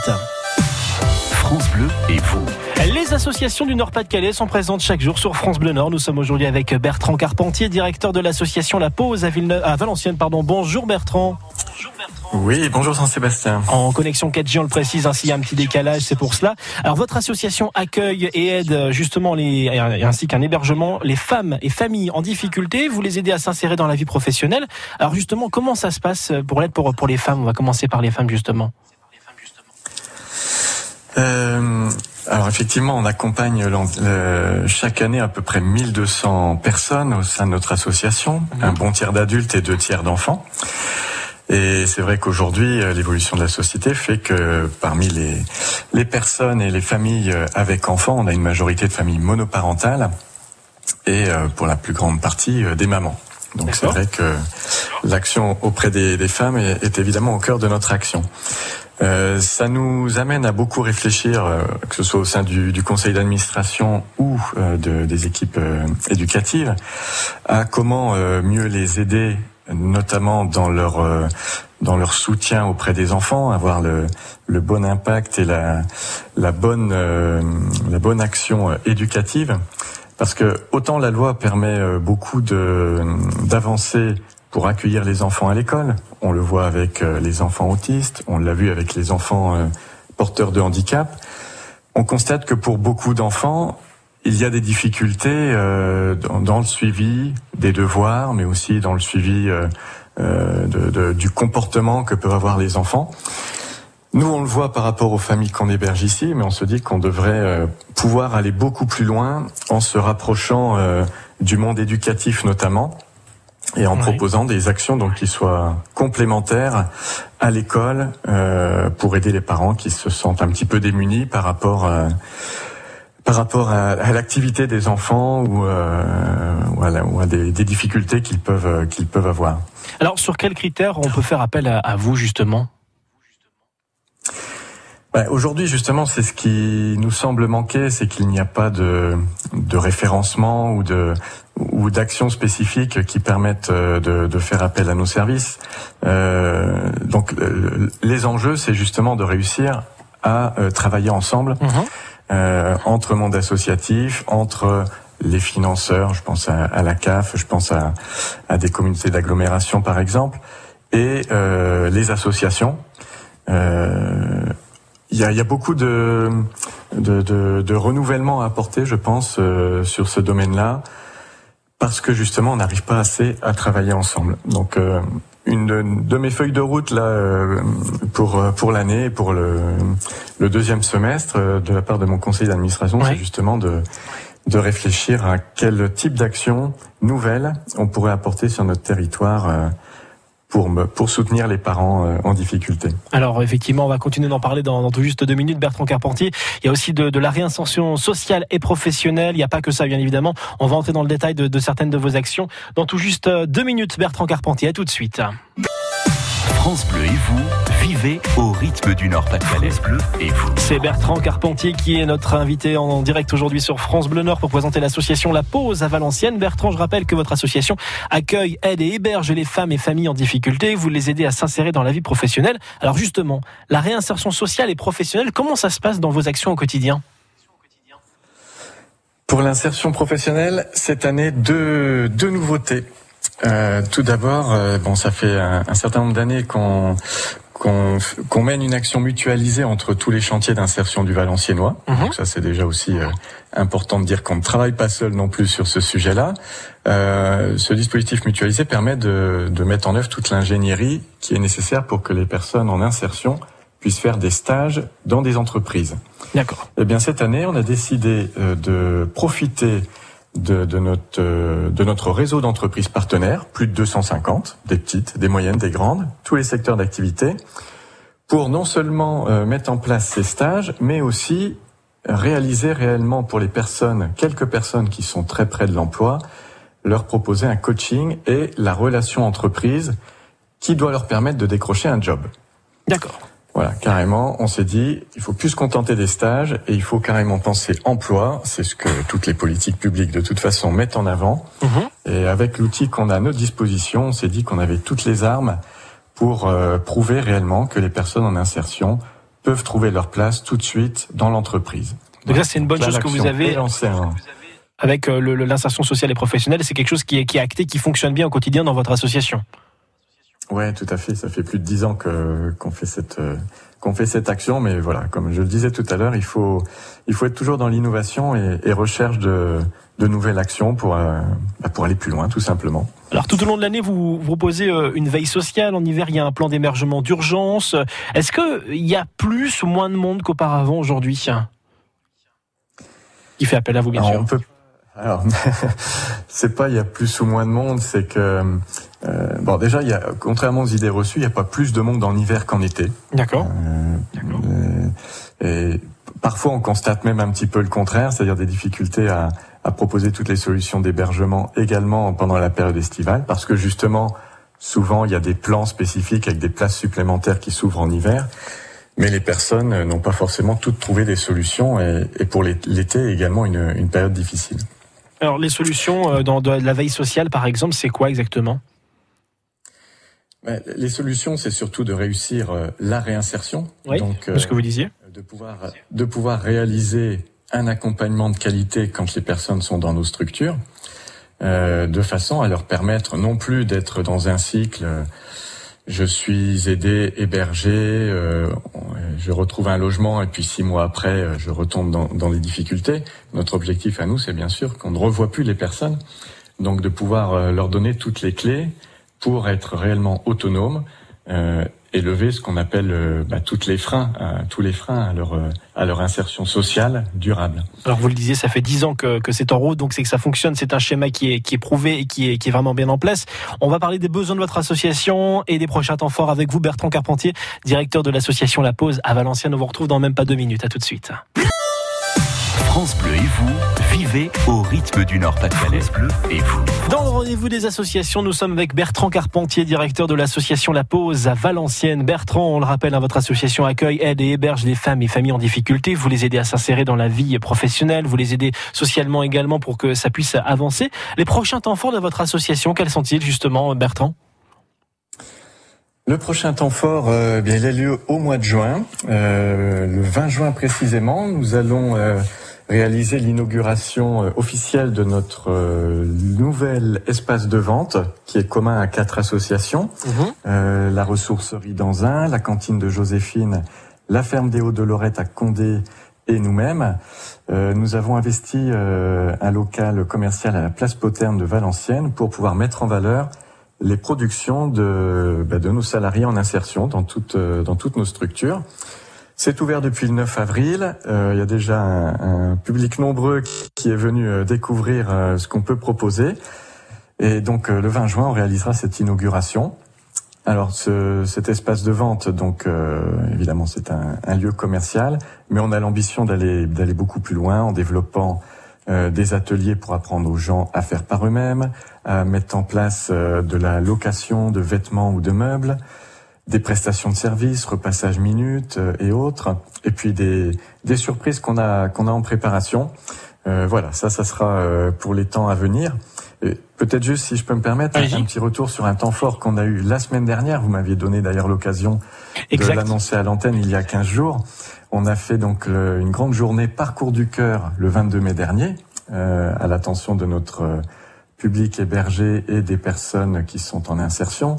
suite. France Bleu et vous. Les associations du Nord-Pas-de-Calais sont présentes chaque jour sur France Bleu Nord. Nous sommes aujourd'hui avec Bertrand Carpentier, directeur de l'association La Pause à Valenciennes. Bonjour Bertrand. Oui, bonjour Jean-Sébastien. En connexion 4G, on le précise, s'il y a un petit décalage, c'est pour cela. Alors votre association accueille et aide justement ainsi qu'un hébergement les femmes et familles en difficulté. Vous les aidez à s'insérer dans la vie professionnelle. Alors justement, comment ça se passe pour l'aide pour les femmes? On va commencer par les femmes justement. Alors effectivement, on accompagne chaque année à peu près 1200 personnes au sein de notre association, un bon tiers d'adultes et 2 tiers d'enfants. Et c'est vrai qu'aujourd'hui, l'évolution de la société fait que parmi les personnes et les familles avec enfants, on a une majorité de familles monoparentales et pour la plus grande partie des mamans. Donc D'accord. C'est vrai que l'action auprès des femmes est évidemment au cœur de notre action. Ça nous amène à beaucoup réfléchir, que ce soit au sein du conseil d'administration ou des équipes éducatives, à comment mieux les aider, notamment dans leur soutien auprès des enfants, avoir le bon impact et la bonne action éducative, parce que autant la loi permet beaucoup d'avancer pour accueillir les enfants à l'école. On le voit avec les enfants autistes, on l'a vu avec les enfants porteurs de handicap. On constate que pour beaucoup d'enfants, il y a des difficultés dans le suivi des devoirs, mais aussi dans le suivi du comportement que peuvent avoir les enfants. Nous, on le voit par rapport aux familles qu'on héberge ici, mais on se dit qu'on devrait pouvoir aller beaucoup plus loin en se rapprochant du monde éducatif notamment, et en proposant des actions donc qui soient complémentaires à l'école pour aider les parents qui se sentent un petit peu démunis par rapport à l'activité des enfants ou à des difficultés qu'ils peuvent avoir. Alors sur quels critères on peut faire appel à vous justement ? Aujourd'hui, justement, c'est ce qui nous semble manquer, c'est qu'il n'y a pas de référencement ou d'actions spécifiques qui permettent de faire appel à nos services. Donc, les enjeux, c'est justement de réussir à travailler ensemble entre monde associatif, entre les financeurs, je pense à la CAF, je pense à des communautés d'agglomération par exemple, et les associations. Il y a beaucoup de renouvellement à apporter, je pense, sur ce domaine-là, parce que justement, on n'arrive pas assez à travailler ensemble. Donc, une de mes feuilles de route là pour l'année, pour le deuxième semestre, de la part de mon conseil d'administration, c'est justement de réfléchir à quel type d'action nouvelle on pourrait apporter sur notre territoire. Pour soutenir les parents en difficulté. Alors effectivement, on va continuer d'en parler dans tout juste 2 minutes, Bertrand Carpentier. Il y a aussi de la réinsertion sociale et professionnelle. Il n'y a pas que ça, bien évidemment. On va entrer dans le détail de certaines de vos actions dans tout juste 2 minutes, Bertrand Carpentier. À tout de suite. France Bleu et vous, vivez au rythme du Nord-Pas-de-Calais. France Bleu et vous. C'est Bertrand Carpentier qui est notre invité en direct aujourd'hui sur France Bleu Nord pour présenter l'association La Pause à Valenciennes. Bertrand, je rappelle que votre association accueille, aide et héberge les femmes et familles en difficulté. Vous les aidez à s'insérer dans la vie professionnelle. Alors justement, la réinsertion sociale et professionnelle, comment ça se passe dans vos actions au quotidien ? Pour l'insertion professionnelle, cette année, deux nouveautés. Tout d'abord, ça fait un certain nombre d'années qu'on mène une action mutualisée entre tous les chantiers d'insertion du Valenciennois. Donc ça, c'est déjà aussi important de dire qu'on ne travaille pas seul non plus sur ce sujet-là. Ce dispositif mutualisé permet de mettre en œuvre toute l'ingénierie qui est nécessaire pour que les personnes en insertion puissent faire des stages dans des entreprises. D'accord. Eh bien, cette année, on a décidé de profiter de notre réseau d'entreprises partenaires, plus de 250, des petites, des moyennes, des grandes, tous les secteurs d'activité, pour non seulement mettre en place ces stages, mais aussi réaliser réellement pour les personnes, quelques personnes qui sont très près de l'emploi, leur proposer un coaching et la relation entreprise qui doit leur permettre de décrocher un job. D'accord. Voilà, carrément, on s'est dit, il faut plus se contenter des stages et il faut carrément penser emploi. C'est ce que toutes les politiques publiques, de toute façon, mettent en avant. Et avec l'outil qu'on a à notre disposition, on s'est dit qu'on avait toutes les armes pour prouver réellement que les personnes en insertion peuvent trouver leur place tout de suite dans l'entreprise. Donc ça, c'est une bonne chose que vous avez avec l'insertion sociale et professionnelle. C'est quelque chose qui est acté, qui fonctionne bien au quotidien dans votre association. Ouais, tout à fait. Ça fait plus de 10 ans qu'on fait cette action, mais voilà, comme je le disais tout à l'heure, il faut être toujours dans l'innovation et recherche de nouvelles actions pour aller plus loin, tout simplement. Alors tout au long de l'année, vous proposez une veille sociale. En hiver, il y a un plan d'émergement d'urgence. Est-ce que il y a plus ou moins de monde qu'auparavant aujourd'hui qui fait appel à vous, bien sûr? Alors, c'est pas il y a plus ou moins de monde, c'est que déjà contrairement aux idées reçues, il y a pas plus de monde en hiver qu'en été. D'accord. Et parfois on constate même un petit peu le contraire, c'est-à-dire des difficultés à proposer toutes les solutions d'hébergement également pendant la période estivale, parce que justement souvent il y a des plans spécifiques avec des places supplémentaires qui s'ouvrent en hiver. Mais les personnes n'ont pas forcément toutes trouvé des solutions et pour l'été également une période difficile. Alors les solutions dans de la veille sociale par exemple, c'est quoi exactement ? Les solutions, c'est surtout de réussir la réinsertion. Oui, donc ce que vous disiez. De pouvoir réaliser un accompagnement de qualité quand les personnes sont dans nos structures, de façon à leur permettre non plus d'être dans un cycle je suis aidé, hébergé, je retrouve un logement et puis 6 mois après, je retombe dans les difficultés. Notre objectif à nous, c'est bien sûr qu'on ne revoie plus les personnes, donc de pouvoir leur donner toutes les clés pour être réellement autonomes et lever ce qu'on appelle tous les freins à leur insertion sociale durable. Alors vous le disiez, ça fait 10 ans que c'est en route, donc c'est que ça fonctionne, c'est un schéma qui est prouvé et qui est vraiment bien en place. On va parler des besoins de votre association et des prochains temps forts avec vous, Bertrand Carpentier, directeur de l'association La Pause à Valenciennes. On vous retrouve dans même pas 2 minutes, à tout de suite. France Bleu et vous, vivez au rythme du Nord-Pas-de-Calais. France Bleu et vous. Dans le rendez-vous des associations, nous sommes avec Bertrand Carpentier, directeur de l'association La Pause à Valenciennes. Bertrand, on le rappelle, votre association accueille, aide et héberge les femmes et familles en difficulté. Vous les aidez à s'insérer dans la vie professionnelle, vous les aidez socialement également pour que ça puisse avancer. Les prochains temps forts de votre association, quels sont-ils justement, Bertrand ? Le prochain temps fort, il a lieu au mois de juin, le 20 juin précisément. Nous allons réaliser l'inauguration officielle de notre nouvel espace de vente qui est commun à 4 associations. La ressourcerie d'Anzin, la cantine de Joséphine, la ferme des Hauts de Lorette à Condé et nous-mêmes. Nous avons investi un local commercial à la place Poterne de Valenciennes pour pouvoir mettre en valeur les productions de nos salariés en insertion dans toutes nos structures. C'est ouvert depuis le 9 avril. Il y a déjà un public nombreux qui est venu découvrir ce qu'on peut proposer. Et donc le 20 juin, on réalisera cette inauguration. Alors cet espace de vente, donc évidemment c'est un lieu commercial, mais on a l'ambition d'aller beaucoup plus loin en développant des ateliers pour apprendre aux gens à faire par eux-mêmes, à mettre en place de la location de vêtements ou de meubles, des prestations de services, repassage minutes et autres, et puis des surprises qu'on a en préparation. Voilà, ça sera pour les temps à venir. Et peut-être juste, si je peux me permettre, un petit retour sur un temps fort qu'on a eu la semaine dernière. Vous m'aviez donné d'ailleurs l'occasion de l'annoncer à l'antenne il y a 15 jours. On a fait donc une grande journée Parcours du Cœur le 22 mai dernier, à l'attention de notre public hébergé et des personnes qui sont en insertion.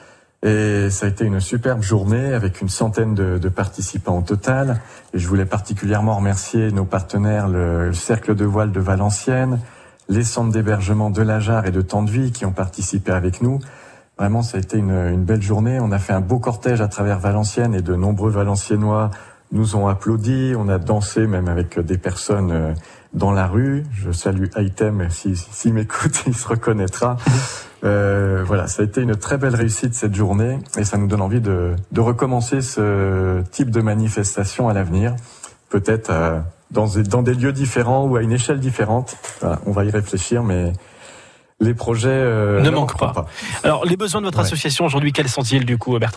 Et ça a été une superbe journée avec une centaine de participants au total. Et je voulais particulièrement remercier nos partenaires, le Cercle de Voile de Valenciennes, les centres d'hébergement de la Jarre et de Temps de Vie qui ont participé avec nous. Vraiment, ça a été une belle journée. On a fait un beau cortège à travers Valenciennes et de nombreux Valenciennois nous ont applaudi. On a dansé même avec des personnes dans la rue. Je salue Aitem, s'il m'écoute, il se reconnaîtra. Voilà, ça a été une très belle réussite cette journée et ça nous donne envie de recommencer ce type de manifestation à l'avenir. Peut-être dans des lieux différents ou à une échelle différente. Voilà, on va y réfléchir, mais les projets ne manquent pas. Alors, les besoins de votre association aujourd'hui, quels sont-ils du coup, Bertrand ?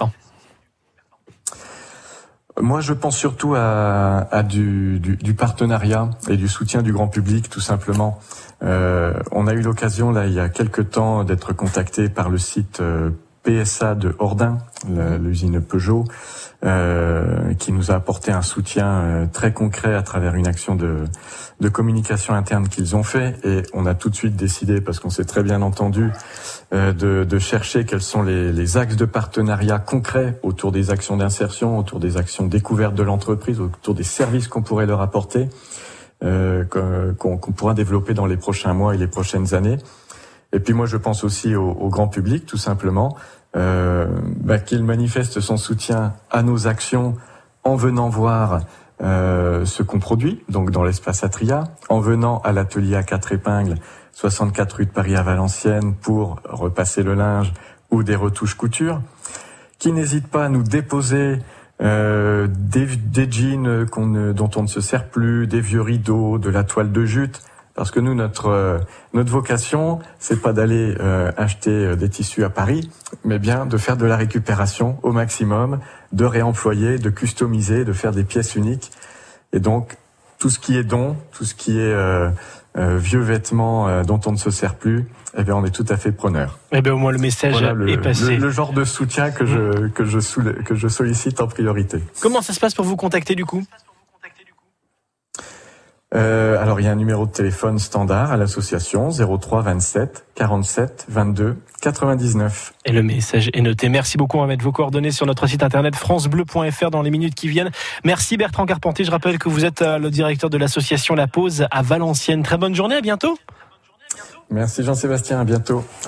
Moi, je pense surtout à du partenariat et du soutien du grand public, tout simplement. On a eu l'occasion, là, il y a quelques temps, d'être contacté par le site PSA de Ordin, l'usine Peugeot, qui nous a apporté un soutien très concret à travers une action de communication interne qu'ils ont fait. Et on a tout de suite décidé, parce qu'on s'est très bien entendu, de chercher quels sont les axes de partenariat concrets autour des actions d'insertion, autour des actions découvertes de l'entreprise, autour des services qu'on pourrait leur apporter, qu'on pourra développer dans les prochains mois et les prochaines années. Et puis moi, je pense aussi au grand public, tout simplement, qu'il manifeste son soutien à nos actions en venant voir ce qu'on produit, donc dans l'espace Atria, en venant à l'atelier à 4 épingles, 64 rue de Paris à Valenciennes, pour repasser le linge ou des retouches couture, qui n'hésite pas à nous déposer des jeans dont on ne se sert plus, des vieux rideaux, de la toile de jute. Parce que nous, notre vocation, c'est pas d'aller acheter des tissus à Paris, mais bien de faire de la récupération au maximum, de réemployer, de customiser, de faire des pièces uniques. Et donc, tout ce qui est don, tout ce qui est vieux vêtements dont on ne se sert plus, eh bien, on est tout à fait preneur. Eh bien, au moins, le message est passé. Le genre de soutien que je sollicite en priorité. Comment ça se passe pour vous contacter, du coup ? Alors il y a un numéro de téléphone standard à l'association 03 27 47 22 99. Et le message est noté. Merci beaucoup. On va mettre vos coordonnées sur notre site internet francebleu.fr dans les minutes qui viennent. Merci Bertrand Carpentier. Je rappelle que vous êtes le directeur de l'association La Pause à Valenciennes. Très bonne journée. À bientôt. Merci Jean-Sébastien. À bientôt.